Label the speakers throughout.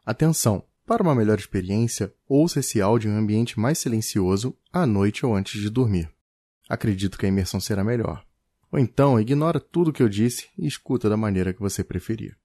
Speaker 1: Atenção! Para uma melhor experiência, ouça esse áudio em um ambiente mais silencioso à noite ou antes de dormir. Acredito que a imersão será melhor. Ou então, ignora tudo o que eu disse e escuta da maneira que você preferir.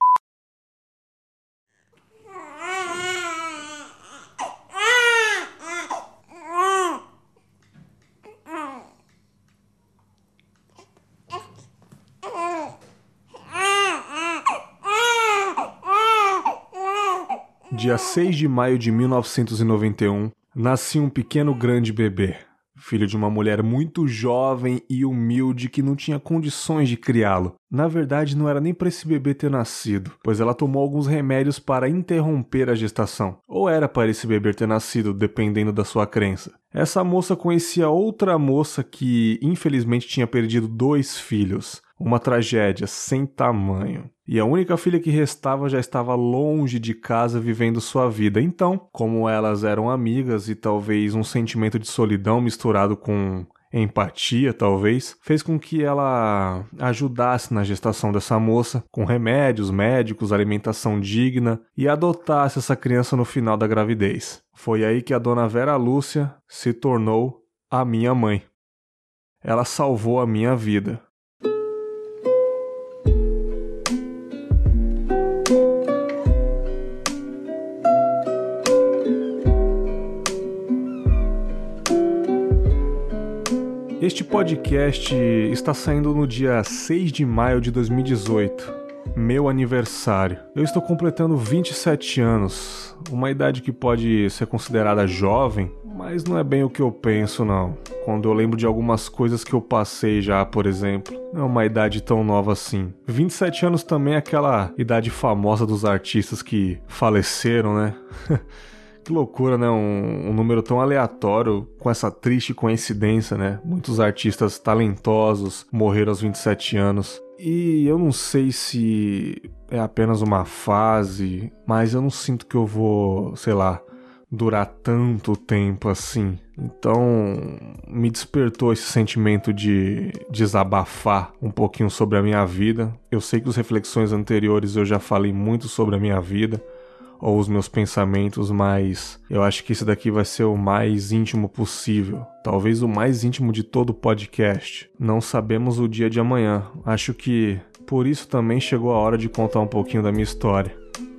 Speaker 2: Dia 6 de maio de 1991, nascia um pequeno grande bebê, filho de uma mulher muito jovem e humilde que não tinha condições de criá-lo. Na verdade, não era nem para esse bebê ter nascido, pois ela tomou alguns remédios para interromper a gestação. Ou era para esse bebê ter nascido, dependendo da sua crença. Essa moça conhecia outra moça que, infelizmente, tinha perdido 2 filhos. Uma tragédia sem tamanho. E a única filha que restava já estava longe de casa vivendo sua vida. Então, como elas eram amigas e talvez um sentimento de solidão misturado com empatia, talvez, fez com que ela ajudasse na gestação dessa moça, com remédios, médicos, alimentação digna e adotasse essa criança no final da gravidez. Foi aí que a dona Vera Lúcia se tornou a minha mãe. Ela salvou a minha vida. Este podcast está saindo no dia 6 de maio de 2018, meu aniversário. Eu estou completando 27 anos, uma idade que pode ser considerada jovem, mas não é bem o que eu penso, não. Quando eu lembro de algumas coisas que eu passei já, por exemplo, não é uma idade tão nova assim. 27 anos também é aquela idade famosa dos artistas que faleceram, né? Que loucura, né? Um número tão aleatório, com essa triste coincidência, né? Muitos artistas talentosos morreram aos 27 anos. E eu não sei se é apenas uma fase, mas eu não sinto que eu vou, sei lá, durar tanto tempo assim. Então, me despertou esse sentimento de desabafar um pouquinho sobre a minha vida. Eu sei que as reflexões anteriores eu já falei muito sobre a minha vida, ou os meus pensamentos, mas eu acho que esse daqui vai ser o mais íntimo possível. Talvez o mais íntimo de todo o podcast. Não sabemos o dia de amanhã. Acho que por isso também chegou a hora de contar um pouquinho da minha história.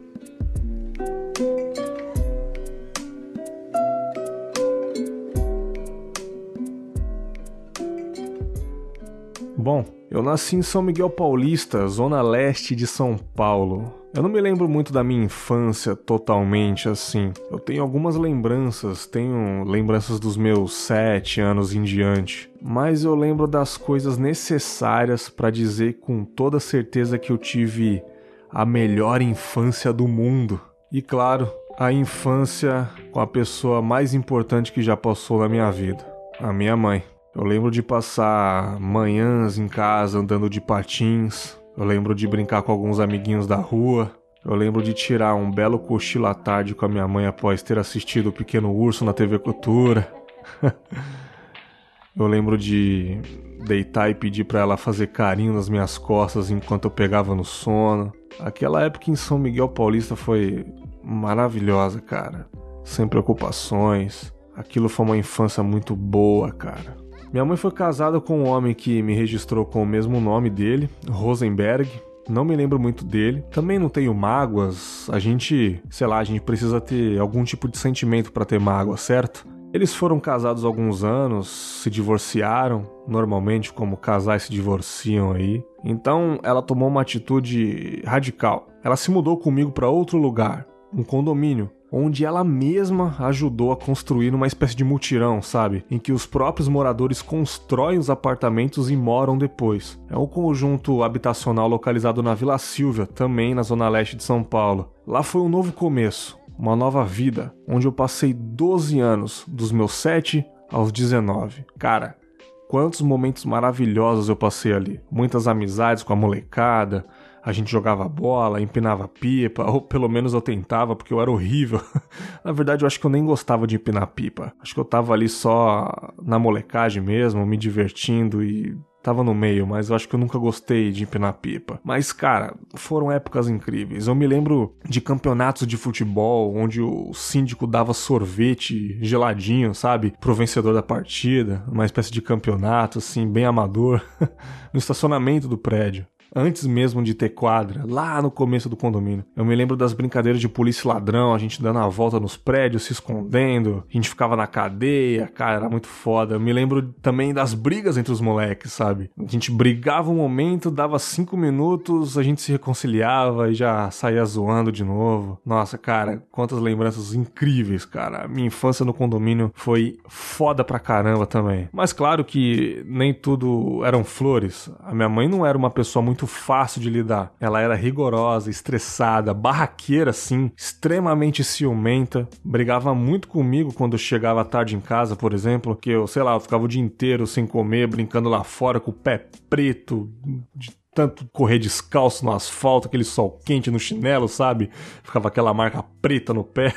Speaker 2: Bom, eu nasci em São Miguel Paulista, zona leste de São Paulo. Eu não me lembro muito da minha infância totalmente assim. Eu tenho algumas lembranças, tenho lembranças dos meus 7 anos em diante. Mas eu lembro das coisas necessárias para dizer com toda certeza que eu tive a melhor infância do mundo. E claro, a infância com a pessoa mais importante que já passou na minha vida, a minha mãe. Eu lembro de passar manhãs em casa andando de patins. Eu lembro de brincar com alguns amiguinhos da rua. Eu lembro de tirar um belo cochilo à tarde com a minha mãe após ter assistido O Pequeno Urso na TV Cultura. Eu lembro de deitar e pedir pra ela fazer carinho nas minhas costas enquanto eu pegava no sono. Aquela época em São Miguel Paulista foi maravilhosa, cara. Sem preocupações. Aquilo foi uma infância muito boa, cara. Minha mãe foi casada com um homem que me registrou com o mesmo nome dele, Rosenberg. Não me lembro muito dele. Também não tenho mágoas. A gente precisa ter algum tipo de sentimento pra ter mágoa, certo? Eles foram casados há alguns anos, se divorciaram, normalmente como casais se divorciam aí. Então ela tomou uma atitude radical. Ela se mudou comigo pra outro lugar, um condomínio, onde ela mesma ajudou a construir uma espécie de mutirão, sabe? Em que os próprios moradores constroem os apartamentos e moram depois. É um conjunto habitacional localizado na Vila Silvia, também na zona leste de São Paulo. Lá foi um novo começo, uma nova vida, onde eu passei 12 anos, dos meus 7 aos 19. Cara, quantos momentos maravilhosos eu passei ali. Muitas amizades com a molecada. A gente jogava bola, empinava pipa, ou pelo menos eu tentava, porque eu era horrível. Na verdade, eu acho que eu nem gostava de empinar pipa. Acho que eu tava ali só na molecagem mesmo, me divertindo e tava no meio, mas eu acho que eu nunca gostei de empinar pipa. Mas, cara, foram épocas incríveis. Eu me lembro de campeonatos de futebol, onde o síndico dava sorvete geladinho, sabe? Pro vencedor da partida, uma espécie de campeonato, assim, bem amador, no estacionamento do prédio. Antes mesmo de ter quadra, lá no começo do condomínio. Eu me lembro das brincadeiras de polícia e ladrão, a gente dando a volta nos prédios, se escondendo, a gente ficava na cadeia, cara, era muito foda. Eu me lembro também das brigas entre os moleques, sabe? A gente brigava um momento, dava 5 minutos, a gente se reconciliava e já saía zoando de novo. Nossa, cara, quantas lembranças incríveis, cara. A minha infância no condomínio foi foda pra caramba também. Mas claro que nem tudo eram flores. A minha mãe não era uma pessoa muito fácil de lidar. Ela era rigorosa, estressada, barraqueira assim, extremamente ciumenta, brigava muito comigo quando eu chegava tarde em casa, por exemplo, que eu, sei lá, eu ficava o dia inteiro sem comer, brincando lá fora com o pé preto, de tanto correr descalço no asfalto, aquele sol quente no chinelo, sabe? Ficava aquela marca preta no pé.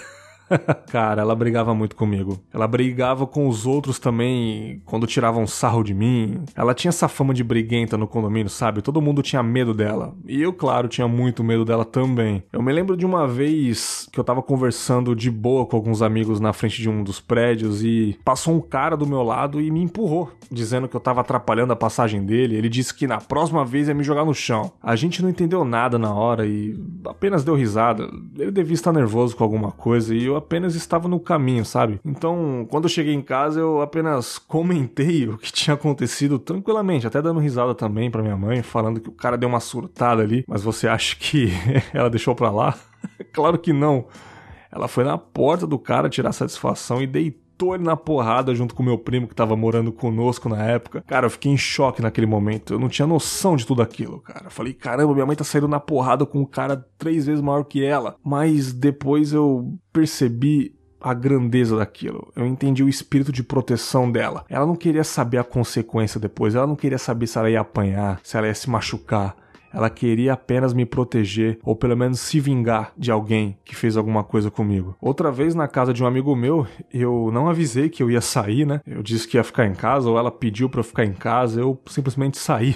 Speaker 2: Cara, ela brigava muito comigo. Ela brigava com os outros também quando tiravam sarro de mim. Ela tinha essa fama de briguenta no condomínio, sabe? Todo mundo tinha medo dela. E eu, claro, tinha muito medo dela também. Eu me lembro de uma vez que eu tava conversando de boa com alguns amigos na frente de um dos prédios e passou um cara do meu lado e me empurrou, dizendo que eu tava atrapalhando a passagem dele. Ele disse que na próxima vez ia me jogar no chão. A gente não entendeu nada na hora e apenas deu risada. Ele devia estar nervoso com alguma coisa e eu apenas estava no caminho, sabe? Então, quando eu cheguei em casa, eu apenas comentei o que tinha acontecido tranquilamente, até dando risada também pra minha mãe, falando que o cara deu uma surtada ali. Mas você acha que ela deixou pra lá? Claro que não. Ela foi na porta do cara tirar satisfação e deitou ele na porrada junto com meu primo que tava morando conosco na época. Cara, eu fiquei em choque naquele momento. Eu não tinha noção de tudo aquilo, cara. Eu falei, caramba, minha mãe tá saindo na porrada com um cara 3 vezes maior que ela. Mas depois eu percebi a grandeza daquilo. Eu entendi o espírito de proteção dela. Ela não queria saber a consequência depois. Ela não queria saber se ela ia apanhar, se ela ia se machucar. Ela queria apenas me proteger, ou pelo menos se vingar de alguém que fez alguma coisa comigo. Outra vez, na casa de um amigo meu, eu não avisei que eu ia sair, né? Eu disse que ia ficar em casa, ou ela pediu pra eu ficar em casa, eu simplesmente saí.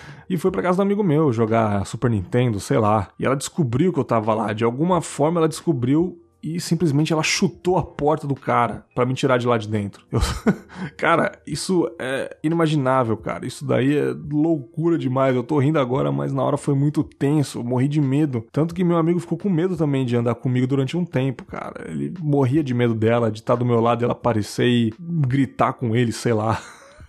Speaker 2: E fui pra casa do amigo meu jogar Super Nintendo, sei lá. E ela descobriu que eu tava lá. De alguma forma, ela descobriu e simplesmente ela chutou a porta do cara pra me tirar de lá de dentro. Cara, isso é inimaginável, cara. Isso daí é loucura demais. Eu tô rindo agora, mas na hora foi muito tenso. Eu morri de medo. Tanto que meu amigo ficou com medo também de andar comigo durante um tempo, cara. Ele morria de medo dela, de estar do meu lado e ela aparecer e gritar com ele, sei lá.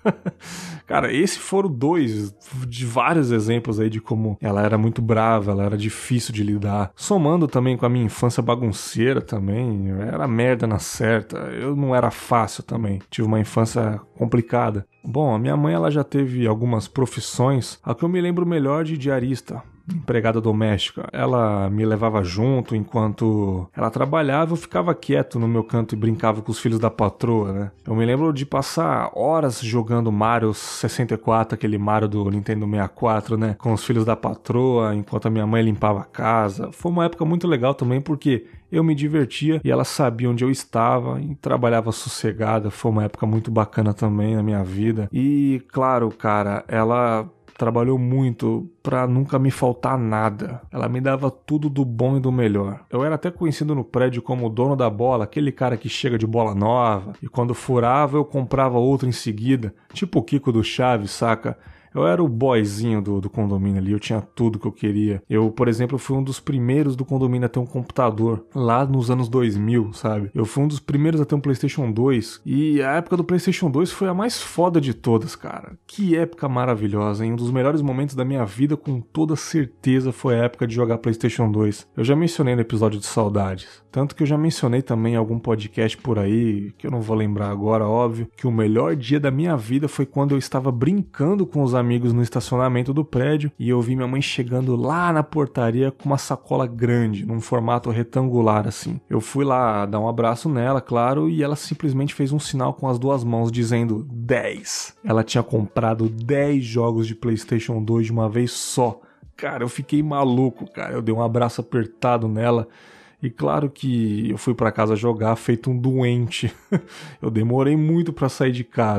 Speaker 2: Cara, esses foram 2 de vários exemplos aí de como ela era muito brava, ela era difícil de lidar. Somando também com a minha infância bagunceira também, era merda na certa. Eu não era fácil também, tive uma infância complicada. Bom, a minha mãe ela já teve algumas profissões, a que eu me lembro melhor de diarista. Empregada doméstica. Ela me levava junto enquanto ela trabalhava, eu ficava quieto no meu canto e brincava com os filhos da patroa, né? Eu me lembro de passar horas jogando Mario 64, aquele Mario do Nintendo 64, né? Com os filhos da patroa, enquanto a minha mãe limpava a casa. Foi uma época muito legal também porque eu me divertia e ela sabia onde eu estava e trabalhava sossegada. Foi uma época muito bacana também na minha vida. E, claro, cara, ela trabalhou muito pra nunca me faltar nada. Ela me dava tudo do bom e do melhor. Eu era até conhecido no prédio como o dono da bola, aquele cara que chega de bola nova, e quando furava eu comprava outra em seguida, tipo o Kiko do Chaves, saca? Eu era o boyzinho do condomínio ali, eu tinha tudo que eu queria. Eu, por exemplo, fui um dos primeiros do condomínio a ter um computador, lá nos anos 2000, sabe? Eu fui um dos primeiros a ter um PlayStation 2, e a época do PlayStation 2 foi a mais foda de todas, cara. Que época maravilhosa, hein? Um dos melhores momentos da minha vida, com toda certeza, foi a época de jogar PlayStation 2. Eu já mencionei no episódio de Saudades. Tanto que eu já mencionei também em algum podcast por aí, que eu não vou lembrar agora, óbvio, que o melhor dia da minha vida foi quando eu estava brincando com os amigos no estacionamento do prédio e eu vi minha mãe chegando lá na portaria com uma sacola grande, num formato retangular assim. Eu fui lá dar um abraço nela, claro, e ela simplesmente fez um sinal com as 2 mãos dizendo 10. Ela tinha comprado 10 jogos de PlayStation 2 de uma vez só. Cara, eu fiquei maluco, cara. Eu dei um abraço apertado nela. E claro que eu fui pra casa jogar feito um doente. Eu demorei muito pra sair de casa, hein?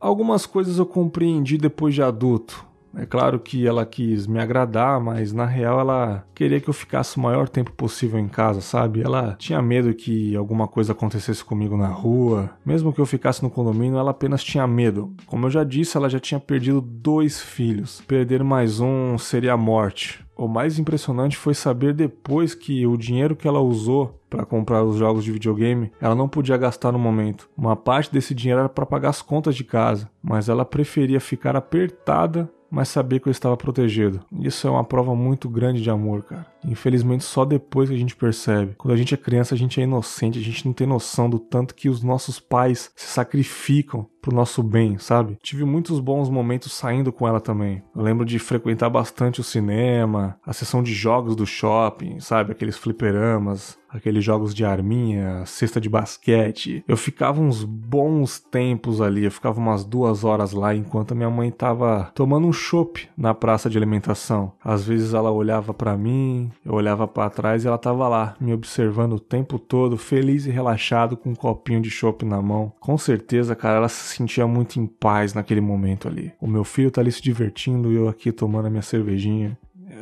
Speaker 2: Algumas coisas eu compreendi depois de adulto. É claro que ela quis me agradar, mas na real ela queria que eu ficasse o maior tempo possível em casa, sabe? Ela tinha medo que alguma coisa acontecesse comigo na rua. Mesmo que eu ficasse no condomínio, ela apenas tinha medo. Como eu já disse, ela já tinha perdido 2 filhos. Perder mais um seria a morte. O mais impressionante foi saber depois que o dinheiro que ela usou para comprar os jogos de videogame, ela não podia gastar no momento. Uma parte desse dinheiro era para pagar as contas de casa, mas ela preferia ficar apertada, mas saber que eu estava protegido. Isso é uma prova muito grande de amor, cara. Infelizmente, só depois que a gente percebe. Quando a gente é criança, a gente é inocente, a gente não tem noção do tanto que os nossos pais se sacrificam pro nosso bem, sabe? Tive muitos bons momentos saindo com ela também. Eu lembro de frequentar bastante o cinema, a sessão de jogos do shopping, sabe? Aqueles fliperamas, aqueles jogos de arminha, cesta de basquete. Eu ficava uns bons tempos ali, eu ficava umas 2 horas lá enquanto a minha mãe tava tomando um chopp na praça de alimentação. Às vezes ela olhava pra mim, eu olhava pra trás e ela tava lá, me observando o tempo todo, feliz e relaxado com um copinho de chopp na mão. Com certeza, cara, ela se sentia muito em paz naquele momento ali. O meu filho tá ali se divertindo e eu aqui tomando a minha cervejinha.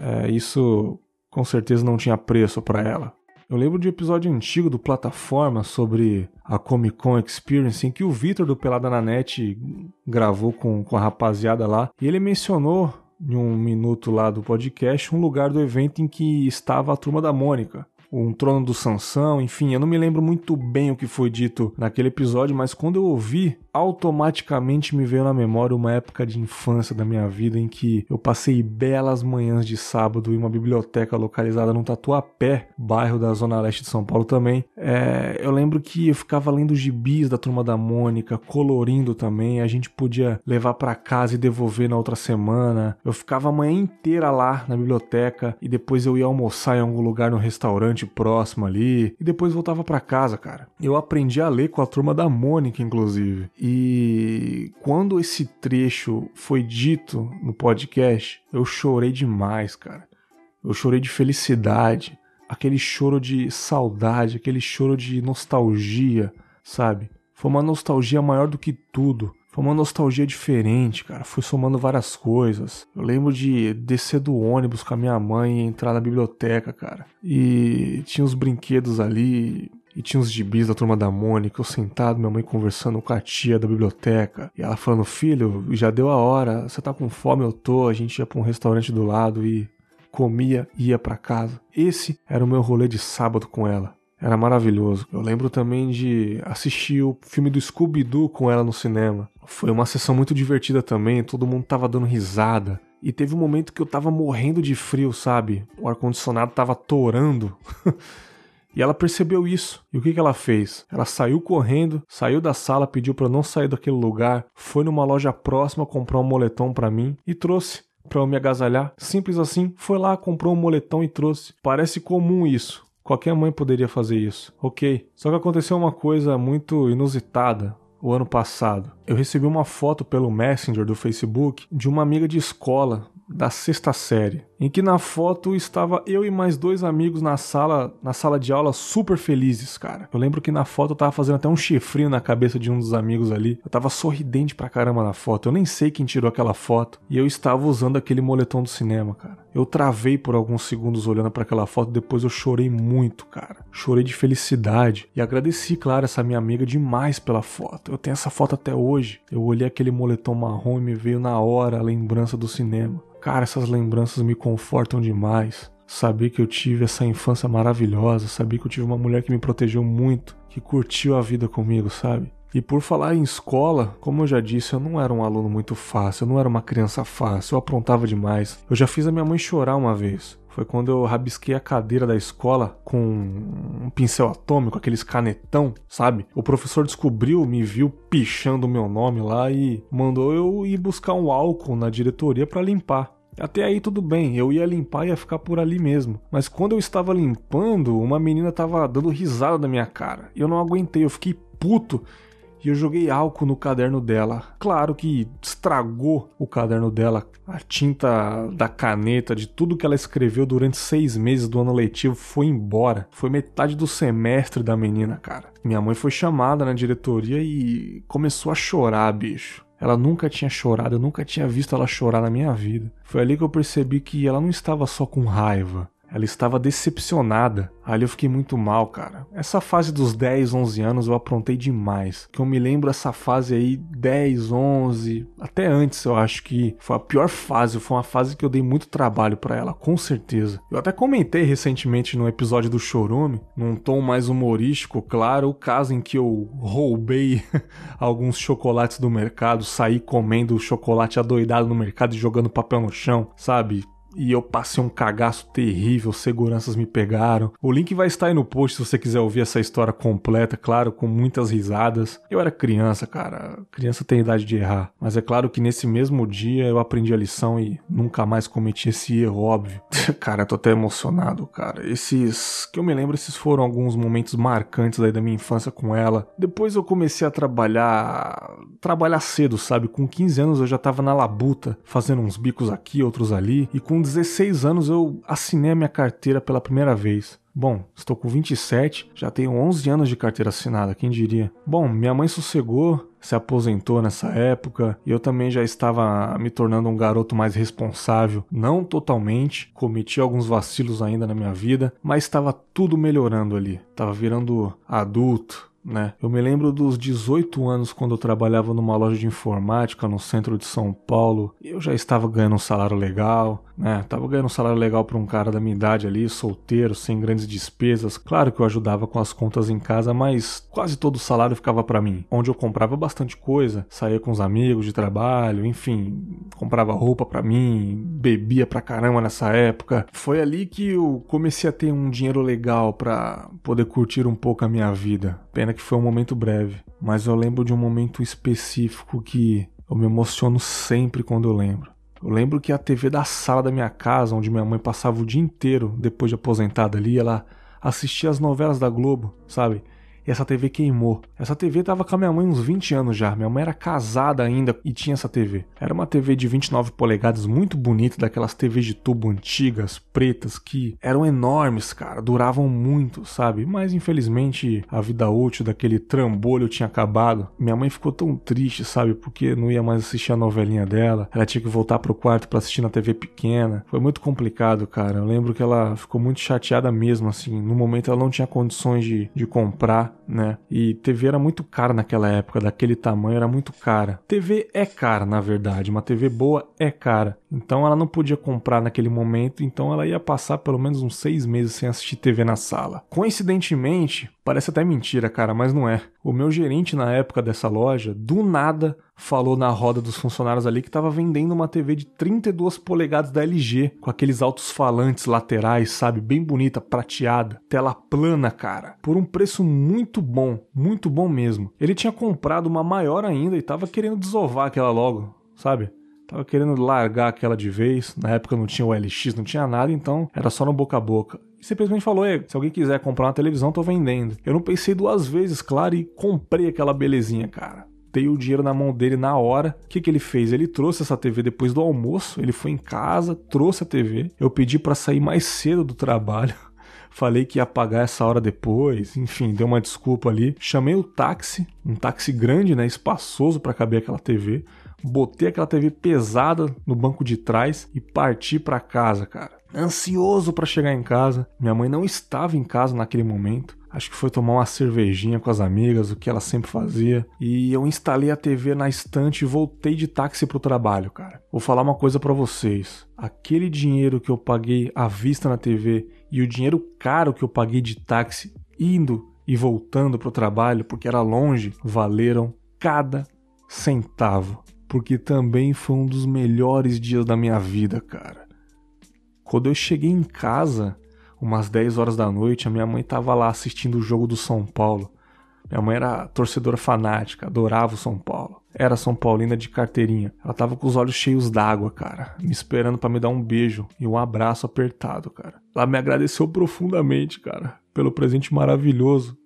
Speaker 2: Isso com certeza não tinha preço pra ela. Eu lembro de um episódio antigo do Plataforma sobre a Comic Con Experience em que o Vitor do Pelada na Net gravou com a rapaziada lá e ele mencionou em um minuto lá do podcast um lugar do evento em que estava a Turma da Mônica. Um trono do Sansão, enfim, eu não me lembro muito bem o que foi dito naquele episódio, mas quando eu ouvi, automaticamente me veio na memória uma época de infância da minha vida em que eu passei belas manhãs de sábado em uma biblioteca localizada no Tatuapé, bairro da Zona Leste de São Paulo também. Eu lembro que eu ficava lendo gibis da Turma da Mônica, colorindo também, a gente podia levar pra casa e devolver na outra semana. Eu ficava a manhã inteira lá na biblioteca e depois eu ia almoçar em algum lugar no restaurante próximo ali e depois voltava pra casa, cara. Eu aprendi a ler com a Turma da Mônica, inclusive. E quando esse trecho foi dito no podcast, eu chorei demais, cara. Eu chorei de felicidade, aquele choro de saudade, aquele choro de nostalgia, sabe? Foi uma nostalgia maior do que tudo. Foi uma nostalgia diferente, cara. Foi somando várias coisas. Eu lembro de descer do ônibus com a minha mãe e entrar na biblioteca, cara. E tinha os brinquedos ali. E tinha os gibis da Turma da Mônica. Eu sentado, minha mãe conversando com a tia da biblioteca. E ela falando, filho, já deu a hora. Você tá com fome? Eu tô. A gente ia pra um restaurante do lado e comia e ia pra casa. Esse era o meu rolê de sábado com ela. Era maravilhoso. Eu lembro também de assistir o filme do Scooby-Doo com ela no cinema. Foi uma sessão muito divertida também, todo mundo tava dando risada. E teve um momento que eu tava morrendo de frio, sabe? O ar-condicionado tava torando. E ela percebeu isso. E o que ela fez? Ela saiu correndo, saiu da sala, pediu pra eu não sair daquele lugar, foi numa loja próxima comprar um moletom pra mim e trouxe pra eu me agasalhar. Simples assim, foi lá, comprou um moletom e trouxe. Parece comum isso. Qualquer mãe poderia fazer isso, ok? Só que aconteceu uma coisa muito inusitada o ano passado. Eu recebi uma foto pelo Messenger do Facebook de uma amiga de escola da 6ª série, em que na foto estava eu e mais 2 amigos na sala de aula super felizes, cara. Eu lembro que na foto eu tava fazendo até um chifrinho na cabeça de um dos amigos ali. Eu tava sorridente pra caramba na foto. Eu nem sei quem tirou aquela foto. E eu estava usando aquele moletom do cinema, cara. Eu travei por alguns segundos olhando pra aquela foto, depois eu chorei muito, cara. Chorei de felicidade. E agradeci, claro, essa minha amiga demais pela foto. Eu tenho essa foto até hoje. Eu olhei aquele moletom marrom e me veio na hora a lembrança do cinema. Cara, essas lembranças me confortam demais. Saber que eu tive essa infância maravilhosa, saber que eu tive uma mulher que me protegeu muito, que curtiu a vida comigo, sabe? E por falar em escola, como eu já disse, eu não era um aluno muito fácil, eu não era uma criança fácil, eu aprontava demais. Eu já fiz a minha mãe chorar uma vez. Foi quando eu rabisquei a cadeira da escola com um pincel atômico, aqueles canetão, sabe? O professor descobriu, me viu pichando o meu nome lá e mandou eu ir buscar um álcool na diretoria pra limpar. Até aí tudo bem, eu ia limpar e ia ficar por ali mesmo. Mas quando eu estava limpando, uma menina tava dando risada da minha cara. E eu não aguentei, eu fiquei puto. E eu joguei álcool no caderno dela. Claro que estragou o caderno dela. A tinta da caneta, de tudo que ela escreveu durante 6 meses do ano letivo foi embora. Foi metade do semestre da menina, cara. Minha mãe foi chamada na diretoria e começou a chorar, bicho. Ela nunca tinha chorado, eu nunca tinha visto ela chorar na minha vida. Foi ali que eu percebi que ela não estava só com raiva. Ela estava decepcionada. Ali eu fiquei muito mal, cara. Essa fase dos 10, 11 anos eu aprontei demais. Que eu me lembro essa fase aí, 10, 11, até antes eu acho que foi a pior fase. Foi uma fase que eu dei muito trabalho pra ela, com certeza. Eu até comentei recentemente no episódio do Chorume, num tom mais humorístico, claro, o caso em que eu roubei alguns chocolates do mercado, saí comendo chocolate adoidado no mercado e jogando papel no chão, sabe? E eu passei um cagaço terrível, seguranças me pegaram. O link vai estar aí no post se você quiser ouvir essa história completa, claro, com muitas risadas. Eu era criança, cara. Criança tem idade de errar. Mas é claro que nesse mesmo dia eu aprendi a lição e nunca mais cometi esse erro, óbvio. Cara, eu tô até emocionado, cara. Esses que eu me lembro, esses foram alguns momentos marcantes aí da minha infância com ela. Depois eu comecei a trabalhar cedo, sabe? Com 15 anos eu já tava na labuta, fazendo uns bicos aqui, outros ali. E com 16 anos eu assinei a minha carteira pela primeira vez. Bom, estou com 27, já tenho 11 anos de carteira assinada, quem diria? Bom, minha mãe sossegou, se aposentou nessa época e eu também já estava me tornando um garoto mais responsável. Não totalmente, cometi alguns vacilos ainda na minha vida, mas estava tudo melhorando ali. Estava virando adulto, né? Eu me lembro dos 18 anos quando eu trabalhava numa loja de informática no centro de São Paulo. Eu já estava ganhando um salário legal, né? Tava ganhando um salário legal para um cara da minha idade ali, solteiro, sem grandes despesas. Claro que eu ajudava com as contas em casa, mas quase todo o salário ficava para mim. Onde eu comprava bastante coisa, saía com os amigos de trabalho, enfim, comprava roupa para mim, bebia pra caramba nessa época. Foi ali que eu comecei a ter um dinheiro legal para poder curtir um pouco a minha vida. Pena que foi um momento breve, mas eu lembro de um momento específico que eu me emociono sempre quando eu lembro. Eu lembro que a TV da sala da minha casa, onde minha mãe passava o dia inteiro depois de aposentada ali, ela assistia as novelas da Globo, sabe? E essa TV queimou. Essa TV tava com a minha mãe uns 20 anos já. Minha mãe era casada ainda e tinha essa TV. Era uma TV de 29 polegadas, muito bonita, daquelas TVs de tubo antigas, pretas, que eram enormes, cara. Duravam muito, sabe? Mas infelizmente a vida útil daquele trambolho tinha acabado. Minha mãe ficou tão triste, sabe? Porque não ia mais assistir a novelinha dela. Ela tinha que voltar pro quarto pra assistir na TV pequena. Foi muito complicado, cara. Eu lembro que ela ficou muito chateada mesmo, assim. No momento ela não tinha condições de comprar, né? E TV era muito cara naquela época, daquele tamanho era muito cara. TV é cara, na verdade, uma TV boa é cara. Então ela não podia comprar naquele momento, então ela ia passar pelo menos uns 6 meses sem assistir TV na sala. Coincidentemente, parece até mentira, cara, mas não é. O meu gerente na época dessa loja, do nada, falou na roda dos funcionários ali que tava vendendo uma TV de 32 polegadas da LG, com aqueles altos falantes laterais, sabe, bem bonita, prateada, tela plana, cara, por um preço muito bom mesmo. Ele tinha comprado uma maior ainda e tava querendo desovar aquela logo, sabe? Tava querendo largar aquela de vez. Na época não tinha o LX, não tinha nada, então era só no boca a boca. E simplesmente falou, se alguém quiser comprar uma televisão, tô vendendo. Eu não pensei 2 vezes, claro, e comprei aquela belezinha, cara. Dei o dinheiro na mão dele na hora. O que ele fez? Ele trouxe essa TV depois do almoço, ele foi em casa, trouxe a TV. Eu pedi pra sair mais cedo do trabalho. Falei que ia pagar essa hora depois, enfim, deu uma desculpa ali. Chamei o táxi, um táxi grande, né, espaçoso pra caber aquela TV. Botei aquela TV pesada no banco de trás e parti pra casa, cara. Ansioso pra chegar em casa. Minha mãe não estava em casa naquele momento. Acho que foi tomar uma cervejinha com as amigas, o que ela sempre fazia. E eu instalei a TV na estante e voltei de táxi pro trabalho, cara. Vou falar uma coisa pra vocês. Aquele dinheiro que eu paguei à vista na TV e o dinheiro caro que eu paguei de táxi indo e voltando pro trabalho, porque era longe, valeram cada centavo. Porque também foi um dos melhores dias da minha vida, cara. Quando eu cheguei em casa, umas 10 horas da noite, a minha mãe tava lá assistindo o jogo do São Paulo. Minha mãe era torcedora fanática, adorava o São Paulo. Era São Paulina de carteirinha. Ela tava com os olhos cheios d'água, cara, me esperando pra me dar um beijo e um abraço apertado, cara. Ela me agradeceu profundamente, cara, pelo presente maravilhoso.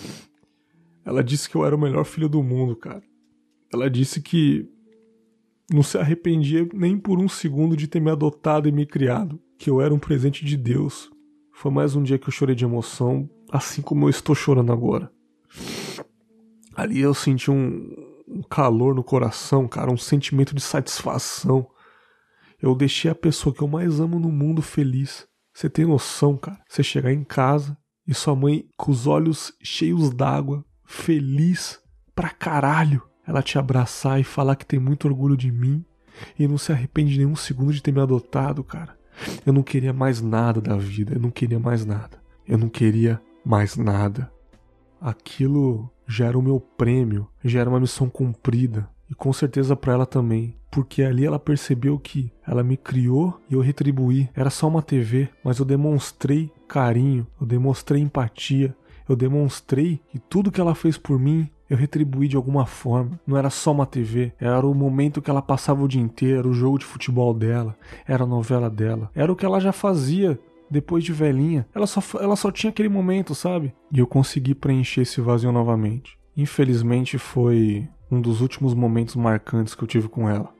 Speaker 2: Ela disse que eu era o melhor filho do mundo, cara. Ela disse que não se arrependia nem por um segundo de ter me adotado e me criado, que eu era um presente de Deus. Foi mais um dia que eu chorei de emoção, assim como eu estou chorando agora. Ali eu senti um um calor no coração, cara, um sentimento de satisfação. Eu deixei a pessoa que eu mais amo no mundo feliz. Você tem noção, cara? Você chegar em casa e sua mãe com os olhos cheios d'água, feliz pra caralho, ela te abraçar e falar que tem muito orgulho de mim e não se arrepende nem um segundo de ter me adotado, cara. Eu não queria mais nada da vida, eu não queria mais nada. Eu não queria mais nada. Aquilo já era o meu prêmio, já era uma missão cumprida. E com certeza pra ela também. Porque ali ela percebeu que ela me criou e eu retribuí. Era só uma TV, mas eu demonstrei carinho, eu demonstrei empatia, eu demonstrei que tudo que ela fez por mim eu retribuí de alguma forma. Não era só uma TV, era o momento que ela passava o dia inteiro, o jogo de futebol dela, era a novela dela, era o que ela já fazia depois de velhinha. Ela só tinha aquele momento, sabe? E eu consegui preencher esse vazio novamente. Infelizmente foi um dos últimos momentos marcantes que eu tive com ela.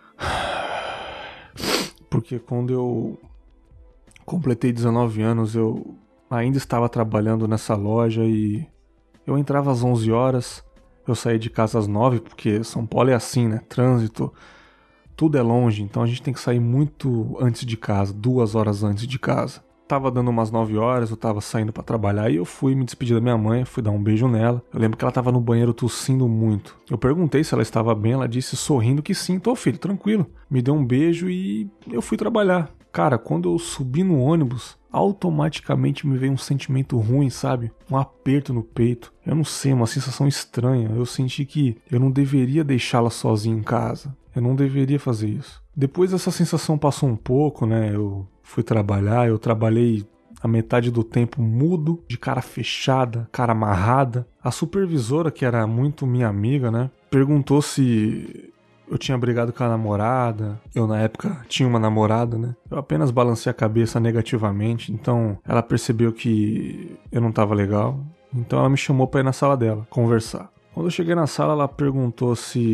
Speaker 2: Porque quando eu completei 19 anos, eu ainda estava trabalhando nessa loja e eu entrava às 11 horas, eu saía de casa às 9, porque São Paulo é assim, né? Trânsito, tudo é longe, então a gente tem que sair muito antes de casa, 2 horas antes de casa. Tava dando umas 9 horas, eu tava saindo pra trabalhar e eu fui me despedir da minha mãe, fui dar um beijo nela. Eu lembro que ela tava no banheiro tossindo muito. Eu perguntei se ela estava bem, ela disse sorrindo que sim. Tô, filho, tranquilo. Me deu um beijo e eu fui trabalhar. Cara, quando eu subi no ônibus, automaticamente me veio um sentimento ruim, sabe? Um aperto no peito. Eu não sei, uma sensação estranha. Eu senti que eu não deveria deixá-la sozinha em casa. Eu não deveria fazer isso. Depois essa sensação passou um pouco, né? Eu fui trabalhar, eu trabalhei a metade do tempo mudo, de cara fechada, cara amarrada. A supervisora, que era muito minha amiga, né? Perguntou se eu tinha brigado com a namorada. Eu, na época, tinha uma namorada, né? Eu apenas balancei a cabeça negativamente, então ela percebeu que eu não tava legal. Então ela me chamou pra ir na sala dela, conversar. Quando eu cheguei na sala, ela perguntou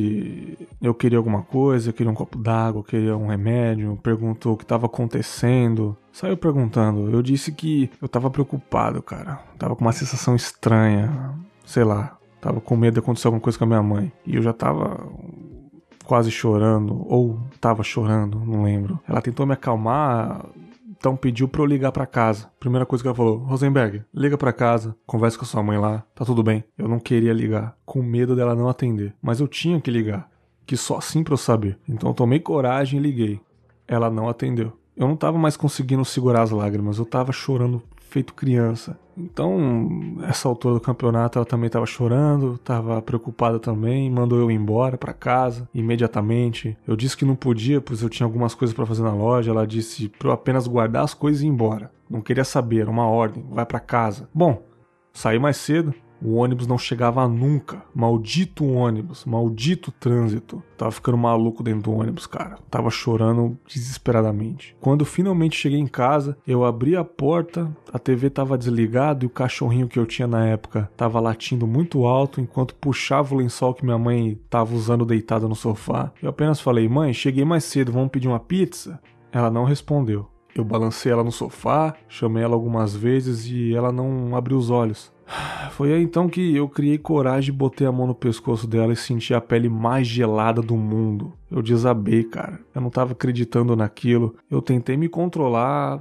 Speaker 2: se eu queria alguma coisa, eu queria um copo d'água, eu queria um remédio, perguntou o que estava acontecendo. Saiu perguntando. Eu disse que eu tava preocupado, cara. Tava com uma sensação estranha, sei lá. Tava com medo de acontecer alguma coisa com a minha mãe. E eu já tava quase chorando, ou tava chorando, não lembro. Ela tentou me acalmar, então pediu pra eu ligar pra casa. Primeira coisa que ela falou: Rosenberg, liga pra casa, conversa com a sua mãe lá, tá tudo bem. Eu não queria ligar, com medo dela não atender. Mas eu tinha que ligar, que só assim pra eu saber. Então eu tomei coragem e liguei. Ela não atendeu. Eu não tava mais conseguindo segurar as lágrimas, eu tava chorando feito criança. Então, essa altura do campeonato, ela também tava chorando, tava preocupada também, mandou eu ir embora pra casa imediatamente. Eu disse que não podia, pois eu tinha algumas coisas pra fazer na loja. Ela disse pra eu apenas guardar as coisas e ir embora. Não queria saber, era uma ordem, vai pra casa. Bom, saí mais cedo. O ônibus não chegava nunca. Maldito ônibus, maldito trânsito. Tava ficando maluco dentro do ônibus, cara. Tava chorando desesperadamente. Quando finalmente cheguei em casa, eu abri a porta, a TV tava desligada e o cachorrinho que eu tinha na época tava latindo muito alto enquanto puxava o lençol que minha mãe tava usando deitada no sofá. Eu apenas falei: mãe, cheguei mais cedo, vamos pedir uma pizza? Ela não respondeu. Eu balancei ela no sofá, chamei ela algumas vezes e ela não abriu os olhos. Foi aí então que eu criei coragem e botei a mão no pescoço dela e senti a pele mais gelada do mundo. Eu desabei, cara. Eu não tava acreditando naquilo. Eu tentei me controlar,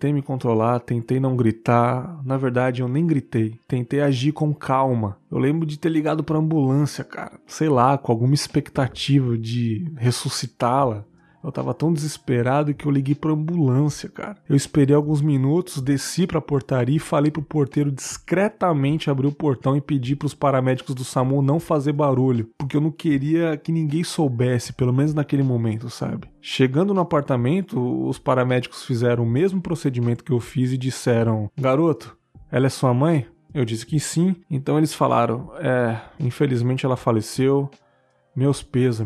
Speaker 2: tentei não gritar. Na verdade, eu nem gritei. Tentei agir com calma. Eu lembro de ter ligado pra ambulância, cara. Sei lá, com alguma expectativa de ressuscitá-la. Eu tava tão desesperado que eu liguei pra ambulância, cara. Eu esperei alguns minutos, desci pra portaria e falei pro porteiro discretamente abrir o portão e pedir pros paramédicos do SAMU não fazer barulho, porque eu não queria que ninguém soubesse, pelo menos naquele momento, sabe? Chegando no apartamento, os paramédicos fizeram o mesmo procedimento que eu fiz e disseram: garoto, ela é sua mãe? Eu disse que sim. Então eles falaram: infelizmente ela faleceu. Meus pêsames.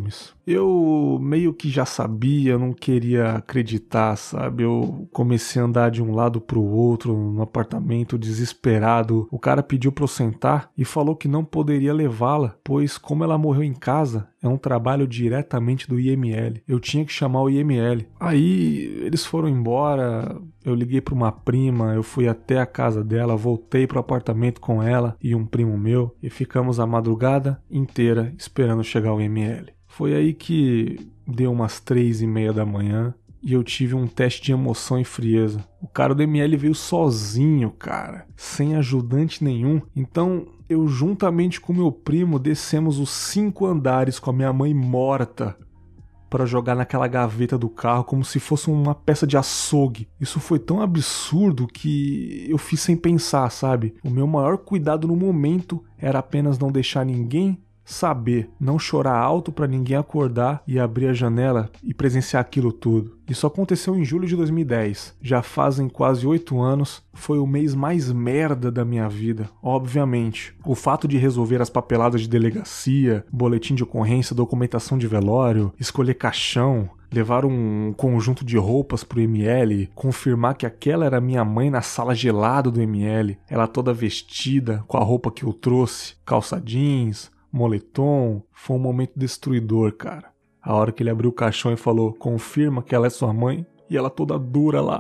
Speaker 2: Eu meio que já sabia, não queria acreditar, sabe? Eu comecei a andar de um lado pro outro no apartamento, desesperado. O cara pediu pra eu sentar e falou que não poderia levá-la, pois como ela morreu em casa, é um trabalho diretamente do IML. Eu tinha que chamar o IML. Aí eles foram embora, eu liguei pra uma prima, eu fui até a casa dela, voltei pro apartamento com ela e um primo meu e ficamos a madrugada inteira esperando chegar o IML. Foi aí que deu umas 3:30 da manhã e eu tive um teste de emoção e frieza. O cara do ML veio sozinho, cara, sem ajudante nenhum. Então eu juntamente com meu primo descemos os 5 andares com a minha mãe morta para jogar naquela gaveta do carro como se fosse uma peça de açougue. Isso foi tão absurdo que eu fiz sem pensar, sabe? O meu maior cuidado no momento era apenas não deixar ninguém saber, não chorar alto pra ninguém acordar e abrir a janela e presenciar aquilo tudo. Isso aconteceu em julho de 2010. Já fazem quase 8 anos. Foi o mês mais merda da minha vida, obviamente. O fato de resolver as papeladas de delegacia, boletim de ocorrência, documentação de velório, escolher caixão, levar um conjunto de roupas pro ML, confirmar que aquela era minha mãe na sala gelada do ML, ela toda vestida, com a roupa que eu trouxe, calça jeans, moletom, foi um momento destruidor, cara. A hora que ele abriu o caixão e falou, confirma que ela é sua mãe, e ela toda dura lá.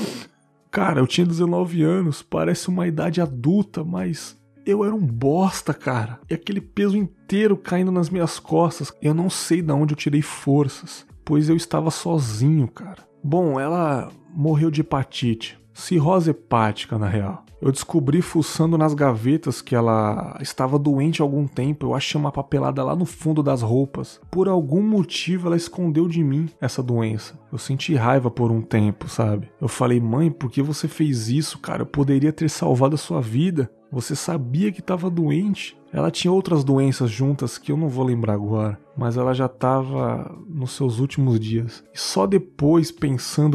Speaker 2: Cara, eu tinha 19 anos, parece uma idade adulta, mas eu era um bosta, cara. E aquele peso inteiro caindo nas minhas costas, eu não sei de onde eu tirei forças, pois eu estava sozinho, cara. Bom, ela morreu de hepatite, cirrose hepática na real. Eu descobri fuçando nas gavetas que ela estava doente há algum tempo. Eu achei uma papelada lá no fundo das roupas. Por algum motivo ela escondeu de mim essa doença. Eu senti raiva por um tempo, sabe? Eu falei, mãe, por que você fez isso, cara? Eu poderia ter salvado a sua vida. Você sabia que estava doente. Ela tinha outras doenças juntas que eu não vou lembrar agora, mas ela já estava nos seus últimos dias. E só depois, pensando,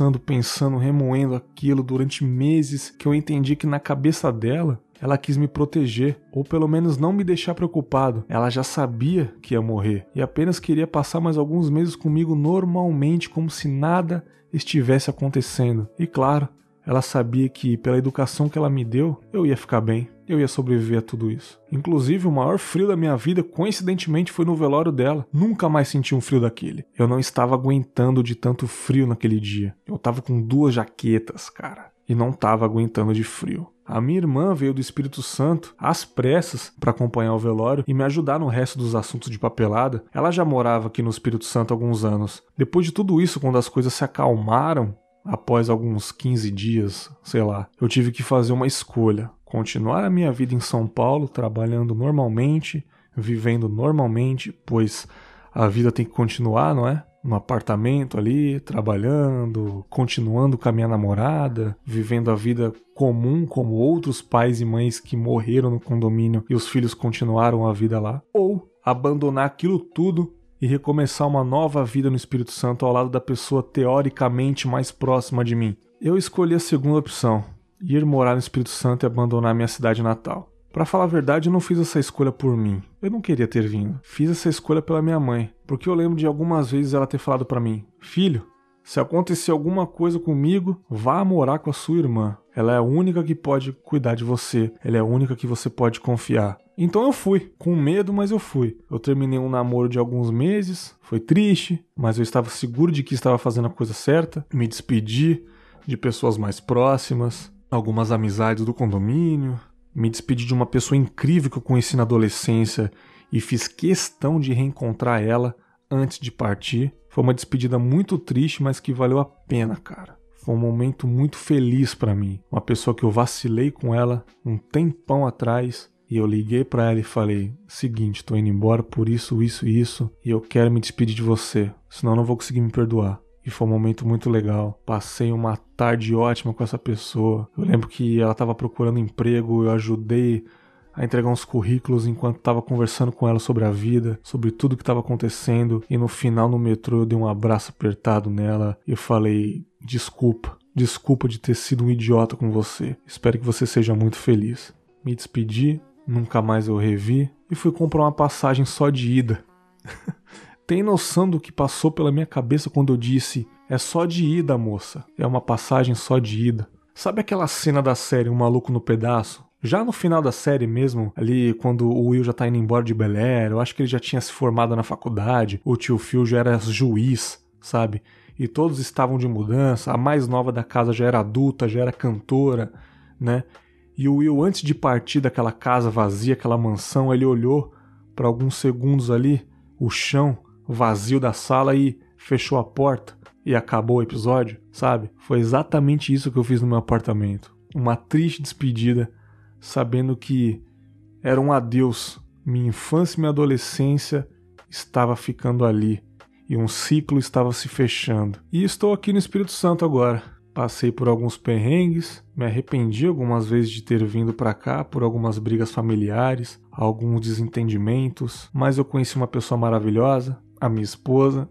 Speaker 2: remoendo aquilo durante meses, que eu entendi que na cabeça dela, ela quis me proteger, ou pelo menos não me deixar preocupado. Ela já sabia que ia morrer, e apenas queria passar mais alguns meses comigo normalmente, como se nada estivesse acontecendo. E claro, ela sabia que, pela educação que ela me deu, eu ia ficar bem. Eu ia sobreviver a tudo isso. Inclusive, o maior frio da minha vida, coincidentemente, foi no velório dela. Nunca mais senti um frio daquele. Eu não estava aguentando de tanto frio naquele dia. Eu tava com 2 jaquetas, cara. E não tava aguentando de frio. A minha irmã veio do Espírito Santo, às pressas, para acompanhar o velório e me ajudar no resto dos assuntos de papelada. Ela já morava aqui no Espírito Santo há alguns anos. Depois de tudo isso, quando as coisas se acalmaram, após alguns 15 dias, sei lá, eu tive que fazer uma escolha. Continuar a minha vida em São Paulo, trabalhando normalmente, vivendo normalmente, pois a vida tem que continuar, não é? No apartamento ali, trabalhando, continuando com a minha namorada, vivendo a vida comum como outros pais e mães que morreram no condomínio e os filhos continuaram a vida lá. Ou abandonar aquilo tudo e recomeçar uma nova vida no Espírito Santo ao lado da pessoa teoricamente mais próxima de mim. Eu escolhi a segunda opção, ir morar no Espírito Santo e abandonar minha cidade natal. Pra falar a verdade, eu não fiz essa escolha por mim. Eu não queria ter vindo. Fiz essa escolha pela minha mãe, porque eu lembro de algumas vezes ela ter falado pra mim, filho, se acontecer alguma coisa comigo, vá morar com a sua irmã. Ela é a única que pode cuidar de você. Ela é a única que você pode confiar. Então eu fui, com medo, mas eu fui. Eu terminei um namoro de alguns meses, foi triste, mas eu estava seguro de que estava fazendo a coisa certa. Me despedi de pessoas mais próximas, algumas amizades do condomínio. Me despedi de uma pessoa incrível que eu conheci na adolescência e fiz questão de reencontrar ela antes de partir. Foi uma despedida muito triste, mas que valeu a pena, cara. Foi um momento muito feliz pra mim. Uma pessoa que eu vacilei com ela um tempão atrás. E eu liguei pra ela e falei, seguinte, tô indo embora por isso, e eu quero me despedir de você, senão eu não vou conseguir me perdoar. E foi um momento muito legal. Passei uma tarde ótima com essa pessoa. Eu lembro que ela tava procurando emprego, eu ajudei a entregar uns currículos enquanto tava conversando com ela sobre a vida, sobre tudo que tava acontecendo. E no final, no metrô, eu dei um abraço apertado nela e eu falei, desculpa de ter sido um idiota com você. Espero que você seja muito feliz. Me despedi. Nunca mais eu revi e fui comprar uma passagem só de ida. tem noção do que passou pela minha cabeça quando eu disse: é só de ida, moça, é uma passagem só de ida? Sabe aquela cena da série Um Maluco no Pedaço? Já no final da série mesmo, ali quando o Will já tá indo embora de Bel-Air, eu acho que ele já tinha se formado na faculdade, o tio Phil já era juiz, sabe? E todos estavam de mudança, a mais nova da casa já era adulta, já era cantora, né? E o Will, antes de partir daquela casa vazia, aquela mansão, ele olhou por alguns segundos ali, o chão vazio da sala e fechou a porta e acabou o episódio, sabe? Foi exatamente isso que eu fiz no meu apartamento. Uma triste despedida, sabendo que era um adeus. Minha infância e minha adolescência estava ficando ali e um ciclo estava se fechando. E estou aqui no Espírito Santo agora. Passei por alguns perrengues, me arrependi algumas vezes de ter vindo pra cá por algumas brigas familiares, alguns desentendimentos, mas eu conheci uma pessoa maravilhosa, a minha esposa,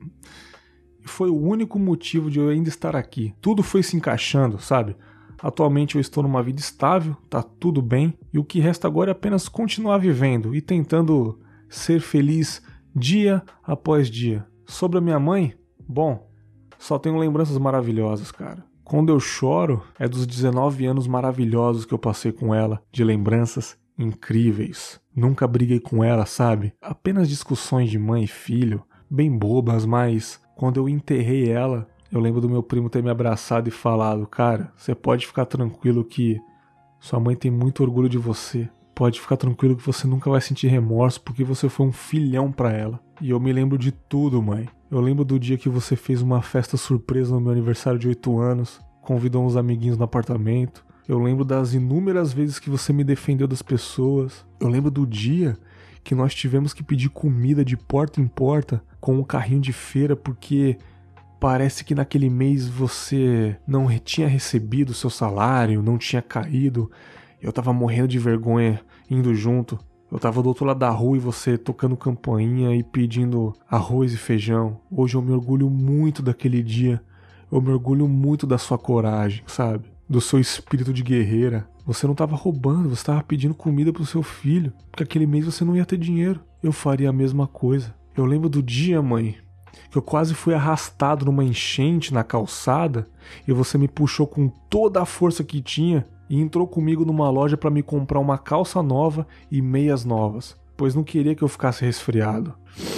Speaker 2: e foi o único motivo de eu ainda estar aqui. Tudo foi se encaixando, sabe? Atualmente eu estou numa vida estável, tá tudo bem, e o que resta agora é apenas continuar vivendo e tentando ser feliz dia após dia. Sobre a minha mãe, bom, só tenho lembranças maravilhosas, cara. Quando eu choro, é dos 19 anos maravilhosos que eu passei com ela, de lembranças incríveis. Nunca briguei com ela, sabe? Apenas discussões de mãe e filho, bem bobas, mas quando eu enterrei ela, eu lembro do meu primo ter me abraçado e falado: cara, você pode ficar tranquilo que sua mãe tem muito orgulho de você. Pode ficar tranquilo que você nunca vai sentir remorso porque você foi um filhão pra ela. E eu me lembro de tudo, mãe. Eu lembro do dia que você fez uma festa surpresa no meu aniversário de 8 anos, convidou uns amiguinhos no apartamento. Eu lembro das inúmeras vezes que você me defendeu das pessoas. Eu lembro do dia que nós tivemos que pedir comida de porta em porta com um carrinho de feira porque parece que naquele mês você não tinha recebido o seu salário, não tinha caído. Eu tava morrendo de vergonha indo junto. Eu tava do outro lado da rua e você tocando campainha e pedindo arroz e feijão. Hoje eu me orgulho muito daquele dia. Eu me orgulho muito da sua coragem, sabe? Do seu espírito de guerreira. Você não tava roubando, você tava pedindo comida pro seu filho. Porque aquele mês você não ia ter dinheiro. Eu faria a mesma coisa. Eu lembro do dia, mãe, que eu quase fui arrastado numa enchente na calçada e você me puxou com toda a força que tinha e entrou comigo numa loja para me comprar uma calça nova e meias novas, pois não queria que eu ficasse resfriado.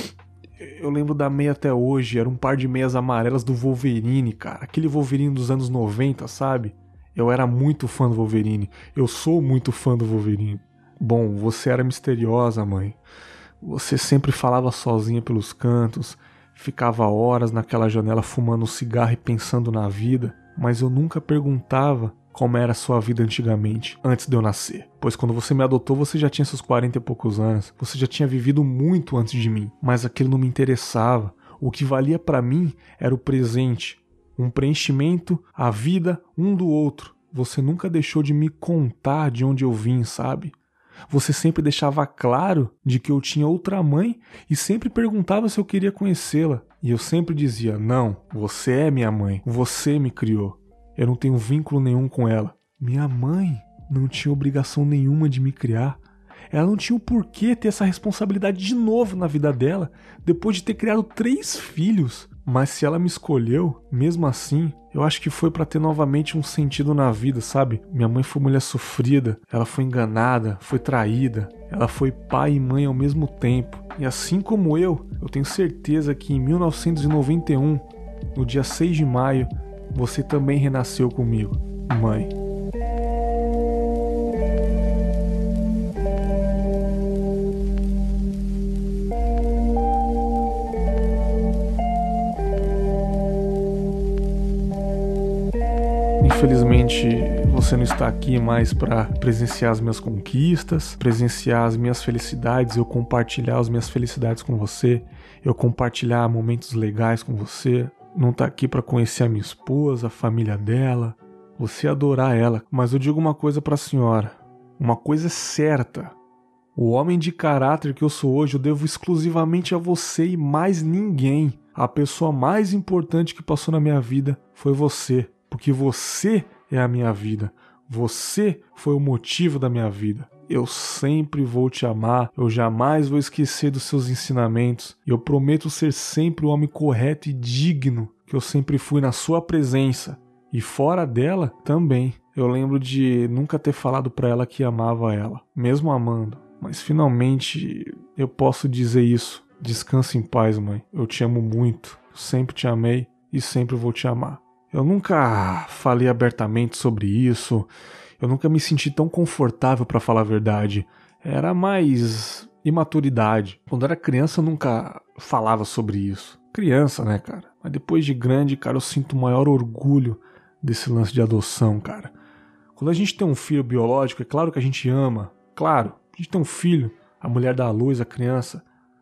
Speaker 2: Eu lembro da meia até hoje, era um par de meias amarelas do Wolverine, cara, aquele Wolverine dos anos 90, sabe? Eu era muito fã do Wolverine, eu sou muito fã do Wolverine. Bom, você era misteriosa, mãe. Você sempre falava sozinha pelos cantos, ficava horas naquela janela fumando um cigarro e pensando na vida, mas eu nunca perguntava como era a sua vida antigamente, antes de eu nascer. Pois quando você me adotou, você já tinha seus 40 e poucos anos. Você já tinha vivido muito antes de mim. Mas aquilo não me interessava. O que valia pra mim era o presente. Um preenchimento, a vida um do outro. Você nunca deixou de me contar de onde eu vim, sabe? Você sempre deixava claro de que eu tinha outra mãe e sempre perguntava se eu queria conhecê-la. E eu sempre dizia: não, você é minha mãe. Você me criou. Eu não tenho vínculo nenhum com ela. Minha mãe não tinha obrigação nenhuma de me criar. Ela não tinha o porquê ter essa responsabilidade de novo na vida dela, depois de ter criado 3 filhos. Mas se ela me escolheu, mesmo assim, eu acho que foi pra ter novamente um sentido na vida, sabe? Minha mãe foi mulher sofrida, ela foi enganada, foi traída, ela foi pai e mãe ao mesmo tempo. E assim como eu tenho certeza que em 1991, no dia 6 de maio, você também renasceu comigo, mãe. Infelizmente, você não está aqui mais para presenciar as minhas conquistas, presenciar as minhas felicidades, eu compartilhar as minhas felicidades com você, eu compartilhar momentos legais com você. Não tá aqui pra conhecer a minha esposa, a família dela, você adorar ela. Mas eu digo uma coisa pra senhora, uma coisa é certa: o homem de caráter que eu sou hoje eu devo exclusivamente a você e mais ninguém. A pessoa mais importante que passou na minha vida foi você, porque você é a minha vida. Você foi o motivo da minha vida. Eu sempre vou te amar, eu jamais vou esquecer dos seus ensinamentos. E eu prometo ser sempre o homem correto e digno que eu sempre fui na sua presença. E fora dela, também. Eu lembro de nunca ter falado pra ela que amava ela, mesmo amando. Mas finalmente eu posso dizer isso. Descanse em paz, mãe. Eu te amo muito. Sempre te amei e sempre vou te amar. Eu nunca falei abertamente sobre isso. Eu nunca me senti tão confortável pra falar a verdade. Era mais imaturidade. Quando era criança eu nunca falava sobre isso. Criança, né, cara? Mas depois de grande, cara, eu sinto o maior orgulho desse lance de adoção, cara. Quando a gente tem um filho biológico, é claro que a gente ama. Claro, a gente tem um filho, a mulher dá à luz, a criança.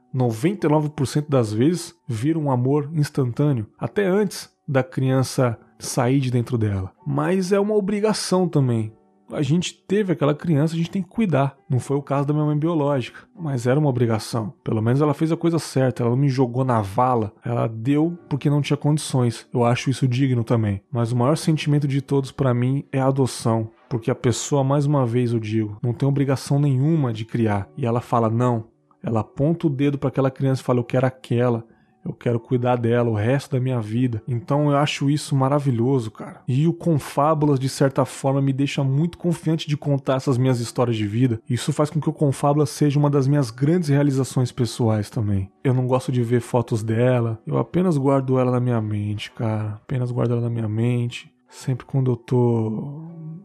Speaker 2: 99% das vezes vira um amor instantâneo, até antes da criança sair de dentro dela. Mas é uma obrigação também. A gente teve aquela criança, a gente tem que cuidar. Não foi o caso da minha mãe biológica, mas era uma obrigação. Pelo menos ela fez a coisa certa, ela não me jogou na vala. Ela deu porque não tinha condições. Eu acho isso digno também. Mas o maior sentimento de todos pra mim é a adoção. Porque a pessoa, mais uma vez eu digo, não tem obrigação nenhuma de criar. E ela fala não. Ela aponta o dedo pra aquela criança e fala, eu quero aquela. Eu quero cuidar dela o resto da minha vida. Então eu acho isso maravilhoso, cara. E o Confábulas, de certa forma, me deixa muito confiante de contar essas minhas histórias de vida. Isso faz com que o Confábulas seja uma das minhas grandes realizações pessoais também. Eu não gosto de ver fotos dela. Eu apenas guardo ela na minha mente, cara. Apenas guardo ela na minha mente. Sempre quando eu tô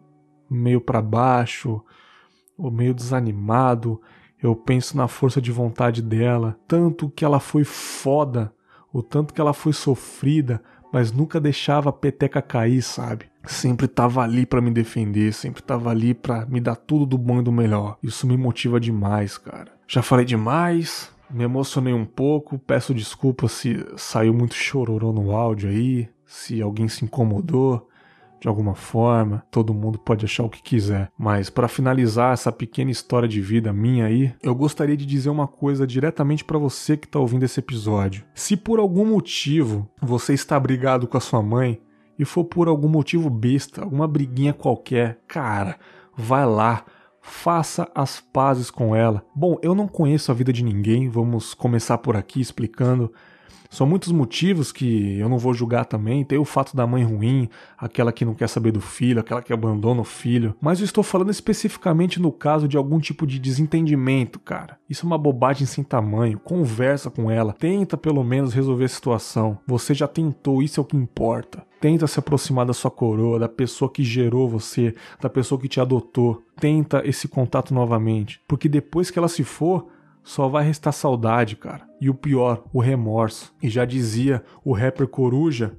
Speaker 2: meio pra baixo ou meio desanimado, eu penso na força de vontade dela, tanto que ela foi foda, o tanto que ela foi sofrida, mas nunca deixava a peteca cair, sabe? Sempre tava ali pra me defender, sempre tava ali pra me dar tudo do bom e do melhor. Isso me motiva demais, cara. Já falei demais, me emocionei um pouco, peço desculpa se saiu muito chororô no áudio aí, se alguém se incomodou. De alguma forma, todo mundo pode achar o que quiser. Mas para finalizar essa pequena história de vida minha aí, eu gostaria de dizer uma coisa diretamente para você que tá ouvindo esse episódio. Se por algum motivo você está brigado com a sua mãe, e for por algum motivo besta, alguma briguinha qualquer, cara, vai lá, faça as pazes com ela. Bom, eu não conheço a vida de ninguém, vamos começar por aqui explicando. São muitos motivos que eu não vou julgar também. Tem o fato da mãe ruim, aquela que não quer saber do filho, aquela que abandona o filho. Mas eu estou falando especificamente no caso de algum tipo de desentendimento, cara. Isso é uma bobagem sem tamanho. Conversa com ela. Tenta pelo menos resolver a situação. Você já tentou, isso é o que importa. Tenta se aproximar da sua coroa, da pessoa que gerou você, da pessoa que te adotou. Tenta esse contato novamente. Porque depois que ela se for, só vai restar saudade, cara. E o pior, o remorso. E já dizia o rapper Coruja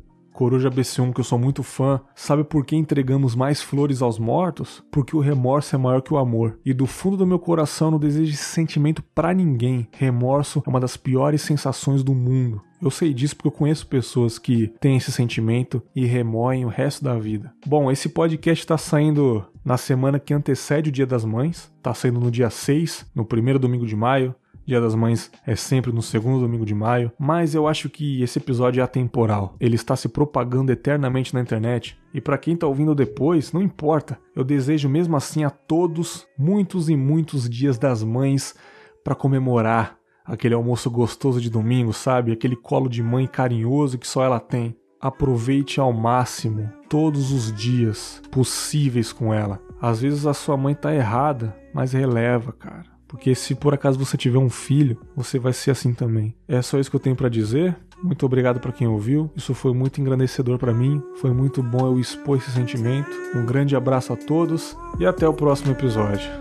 Speaker 2: BC1, que eu sou muito fã, sabe por que entregamos mais flores aos mortos? Porque o remorso é maior que o amor. E do fundo do meu coração eu não desejo esse sentimento pra ninguém. Remorso é uma das piores sensações do mundo. Eu sei disso porque eu conheço pessoas que têm esse sentimento e remoem o resto da vida. Bom, esse podcast tá saindo na semana que antecede o Dia das Mães. Tá saindo no dia 6, no primeiro domingo de maio. Dia das Mães é sempre no segundo domingo de maio, mas eu acho que esse episódio é atemporal. Ele está se propagando eternamente na internet. E para quem tá ouvindo depois, não importa. Eu desejo mesmo assim a todos muitos e muitos dias das mães para comemorar aquele almoço gostoso de domingo, sabe? Aquele colo de mãe carinhoso que só ela tem. Aproveite ao máximo todos os dias possíveis com ela. Às vezes a sua mãe tá errada, mas releva, cara. Porque se por acaso você tiver um filho, você vai ser assim também. É só isso que eu tenho pra dizer. Muito obrigado pra quem ouviu. Isso foi muito engrandecedor pra mim. Foi muito bom eu expor esse sentimento. Um grande abraço a todos e até o próximo episódio.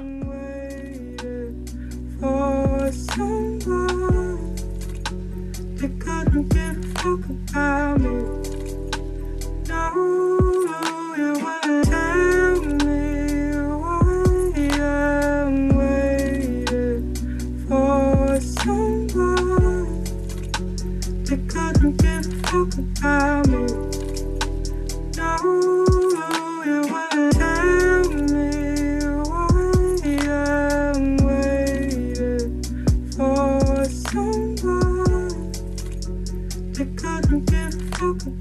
Speaker 3: They couldn't give a fuck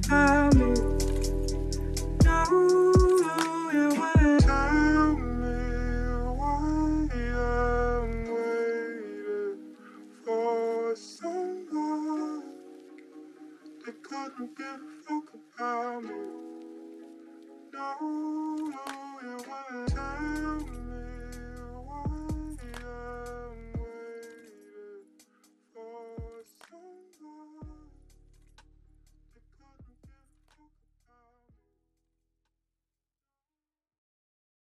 Speaker 3: They couldn't give a fuck about me. No, you wouldn't tell me.